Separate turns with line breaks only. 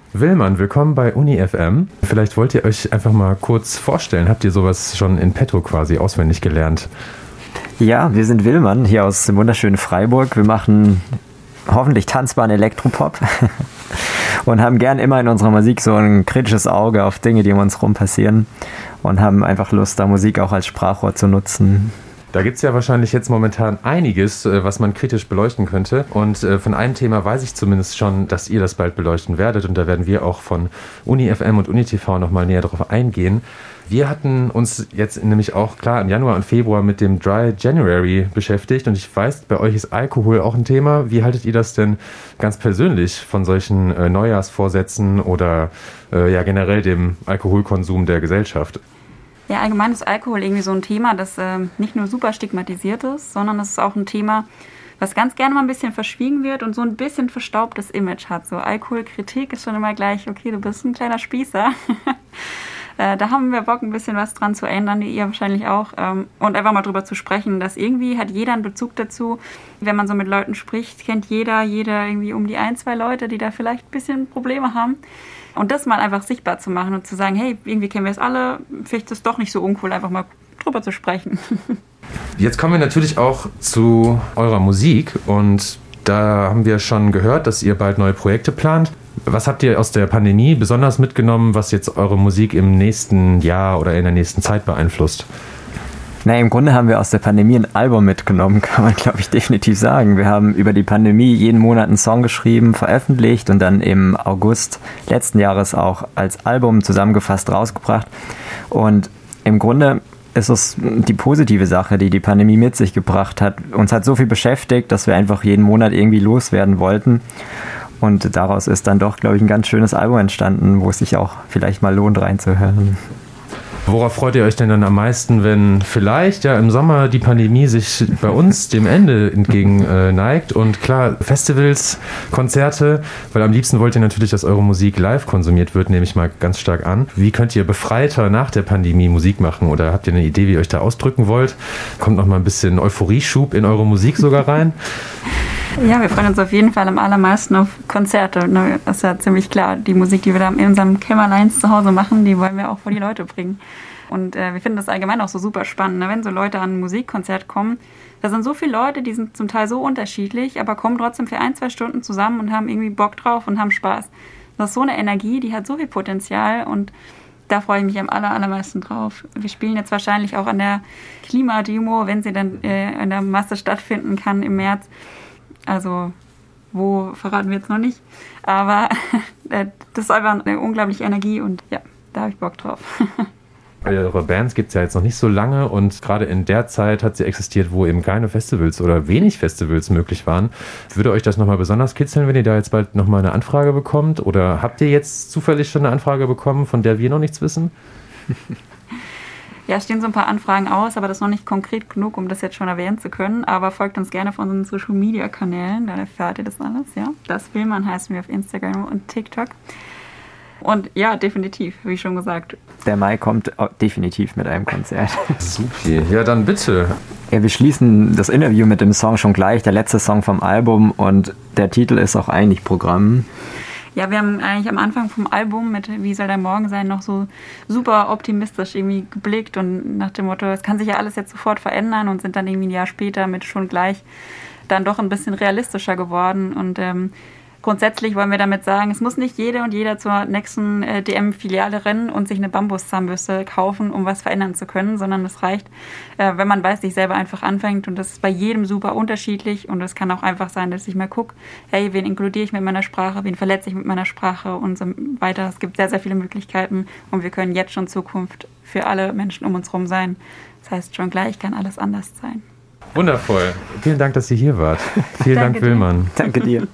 Willmann, willkommen bei Uni FM. Vielleicht wollt ihr euch einfach mal kurz vorstellen. Habt ihr sowas schon in petto quasi auswendig gelernt?
Ja, wir sind Willmann hier aus dem wunderschönen Freiburg. Wir machen hoffentlich tanzbaren Elektropop und haben gern immer in unserer Musik so ein kritisches Auge auf Dinge, die um uns rum passieren und haben einfach Lust, da Musik auch als Sprachrohr zu nutzen.
Da gibt es ja wahrscheinlich jetzt momentan einiges, was man kritisch beleuchten könnte. Und von einem Thema weiß ich zumindest schon, dass ihr das bald beleuchten werdet. Und da werden wir auch von Uni FM und Uni TV nochmal näher drauf eingehen. Wir hatten uns jetzt nämlich auch klar im Januar und Februar mit dem Dry January beschäftigt. Und ich weiß, bei euch ist Alkohol auch ein Thema. Wie haltet ihr das denn ganz persönlich von solchen Neujahrsvorsätzen oder generell dem Alkoholkonsum der Gesellschaft?
Ja, allgemein ist Alkohol irgendwie so ein Thema, das nicht nur super stigmatisiert ist, sondern es ist auch ein Thema, was ganz gerne mal ein bisschen verschwiegen wird und so ein bisschen verstaubtes Image hat. So Alkoholkritik ist schon immer gleich, okay, du bist ein kleiner Spießer. Da haben wir Bock, ein bisschen was dran zu ändern, ihr wahrscheinlich auch. Und einfach mal drüber zu sprechen, dass irgendwie hat jeder einen Bezug dazu. Wenn man so mit Leuten spricht, kennt jeder irgendwie um die 1, 2 Leute, die da vielleicht ein bisschen Probleme haben. Und das mal einfach sichtbar zu machen und zu sagen, hey, irgendwie kennen wir es alle, vielleicht ist es doch nicht so uncool, einfach mal drüber zu sprechen.
Jetzt kommen wir natürlich auch zu eurer Musik und da haben wir schon gehört, dass ihr bald neue Projekte plant. Was habt ihr aus der Pandemie besonders mitgenommen, was jetzt eure Musik im nächsten Jahr oder in der nächsten Zeit beeinflusst?
Im Grunde haben wir aus der Pandemie ein Album mitgenommen, kann man, glaube ich, definitiv sagen. Wir haben über die Pandemie jeden Monat einen Song geschrieben, veröffentlicht und dann im August letzten Jahres auch als Album zusammengefasst rausgebracht. Und im Grunde ist es die positive Sache, die die Pandemie mit sich gebracht hat. Uns hat so viel beschäftigt, dass wir einfach jeden Monat irgendwie loswerden wollten. Und daraus ist dann doch, glaube ich, ein ganz schönes Album entstanden, wo es sich auch vielleicht mal lohnt, reinzuhören.
Worauf freut ihr euch denn dann am meisten, wenn vielleicht ja im Sommer die Pandemie sich bei uns dem Ende entgegen neigt und klar, Festivals, Konzerte, weil am liebsten wollt ihr natürlich, dass eure Musik live konsumiert wird, nehme ich mal ganz stark an. Wie könnt ihr befreiter nach der Pandemie Musik machen oder habt ihr eine Idee, wie ihr euch da ausdrücken wollt? Kommt noch mal ein bisschen Euphorieschub in eure Musik sogar rein?
Ja, wir freuen uns auf jeden Fall am allermeisten auf Konzerte. Das ist ja ziemlich klar. Die Musik, die wir da in unserem Kämmerlein zu Hause machen, die wollen wir auch vor die Leute bringen. Und wir finden das allgemein auch so super spannend, wenn so Leute an ein Musikkonzert kommen. Da sind so viele Leute, die sind zum Teil so unterschiedlich, aber kommen trotzdem für 1, 2 Stunden zusammen und haben irgendwie Bock drauf und haben Spaß. Das ist so eine Energie, die hat so viel Potenzial und da freue ich mich am allermeisten drauf. Wir spielen jetzt wahrscheinlich auch an der Klimademo, wenn sie dann in der Masse stattfinden kann im März. Also, wo verraten wir jetzt noch nicht. Aber das ist einfach eine unglaubliche Energie und ja, da habe ich Bock drauf.
Eure Bands gibt es ja jetzt noch nicht so lange und gerade in der Zeit hat sie existiert, wo eben keine Festivals oder wenig Festivals möglich waren. Würde euch das nochmal besonders kitzeln, wenn ihr da jetzt bald nochmal eine Anfrage bekommt? Oder habt ihr jetzt zufällig schon eine Anfrage bekommen, von der wir noch nichts wissen?
Ja, stehen so ein paar Anfragen aus, aber das ist noch nicht konkret genug, um das jetzt schon erwähnen zu können. Aber folgt uns gerne auf unseren Social-Media-Kanälen, da erfahrt ihr das alles. Ja. Das Willmann heißen wir auf Instagram und TikTok. Und ja, definitiv, wie schon gesagt.
Der Mai kommt definitiv mit einem Konzert.
Super, ja dann bitte.
Ja, wir schließen das Interview mit dem Song schon gleich, der letzte Song vom Album und der Titel ist auch eigentlich Programm.
Ja, wir haben eigentlich am Anfang vom Album mit Wie soll dein Morgen sein noch so super optimistisch irgendwie geblickt und nach dem Motto, es kann sich ja alles jetzt sofort verändern und sind dann irgendwie ein Jahr später mit schon gleich dann doch ein bisschen realistischer geworden und grundsätzlich wollen wir damit sagen, es muss nicht jede und jeder zur nächsten DM-Filiale rennen und sich eine Bambuszahnbürste kaufen, um was verändern zu können, sondern es reicht, wenn man bei sich selber einfach anfängt und das ist bei jedem super unterschiedlich und es kann auch einfach sein, dass ich mal gucke, hey, wen inkludiere ich mit meiner Sprache, wen verletze ich mit meiner Sprache und so weiter. Es gibt sehr, sehr viele Möglichkeiten und wir können jetzt schon Zukunft für alle Menschen um uns herum sein. Das heißt, schon gleich kann alles anders sein.
Wundervoll. Vielen Dank, dass ihr hier wart. Vielen Dank, Willmann.
Danke dir.